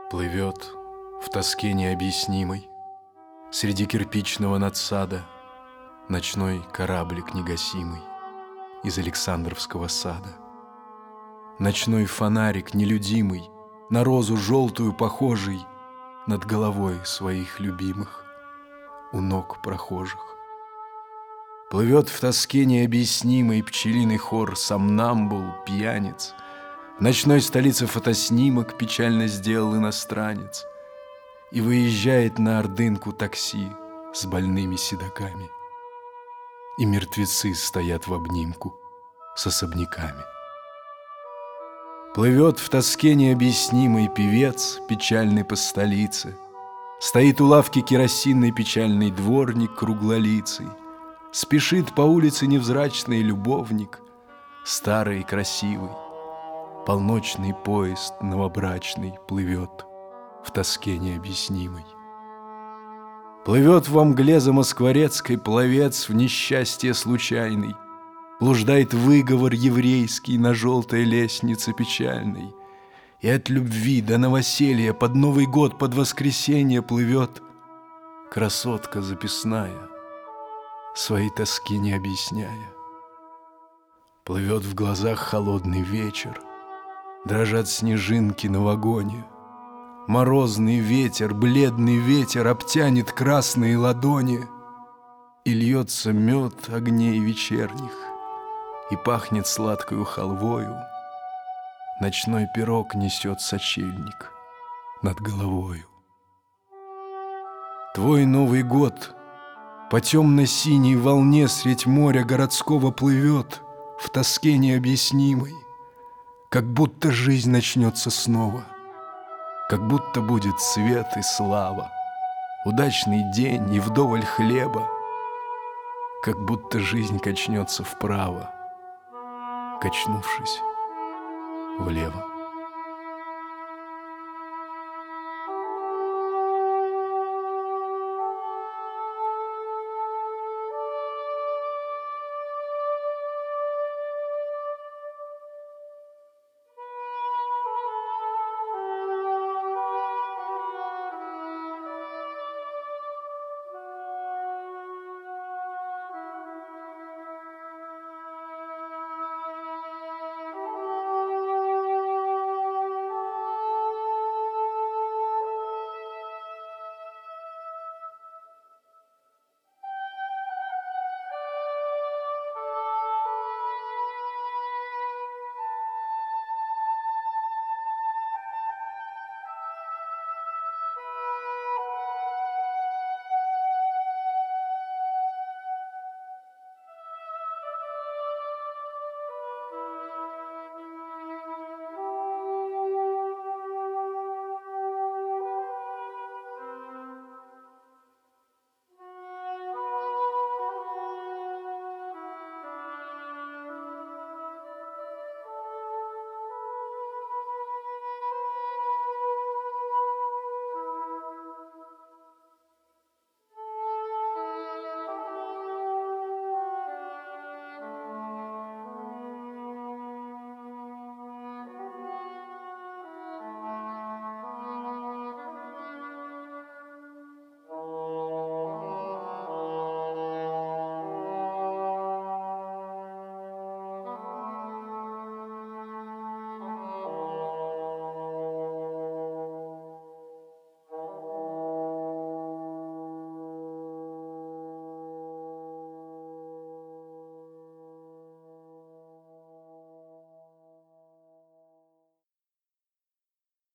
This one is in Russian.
Плывет в тоске необъяснимой Среди кирпичного надсада Ночной кораблик негасимый Из Александровского сада. Ночной фонарик нелюдимый, На розу желтую похожий, Над головой своих любимых, У ног прохожих. Плывет в тоске необъяснимой Пчелиный хор сомнамбул, пьяниц. В ночной столице фотоснимок Печально сделал иностранец. И выезжает на Ордынку такси С больными седоками. И мертвецы стоят в обнимку С особняками. Плывет в тоске необъяснимой Певец, печальный по столице. Стоит у лавки керосинный Печальный дворник круглолицый. Спешит по улице невзрачный любовник, Старый и красивый. Полночный поезд новобрачный Плывет в тоске необъяснимой. Плывет во мгле замоскворецкой Пловец в несчастье случайный. Блуждает выговор еврейский На желтой лестнице печальной. И от любви до новоселья Под Новый год, под воскресенье Плывет красотка записная, Своей тоски не объясняя. Плывет в глазах холодный вечер, Дрожат снежинки на вагоне. Морозный ветер, бледный ветер Обтянет красные ладони. И льется мед огней вечерних, И пахнет сладкою халвою. Ночной пирог несет сочельник Над головою. Твой Новый год по темно-синей волне Средь моря городского плывет В тоске необъяснимой. Как будто жизнь начнется снова, Как будто будет свет и слава, Удачный день и вдоволь хлеба, Как будто жизнь качнется вправо, Качнувшись влево.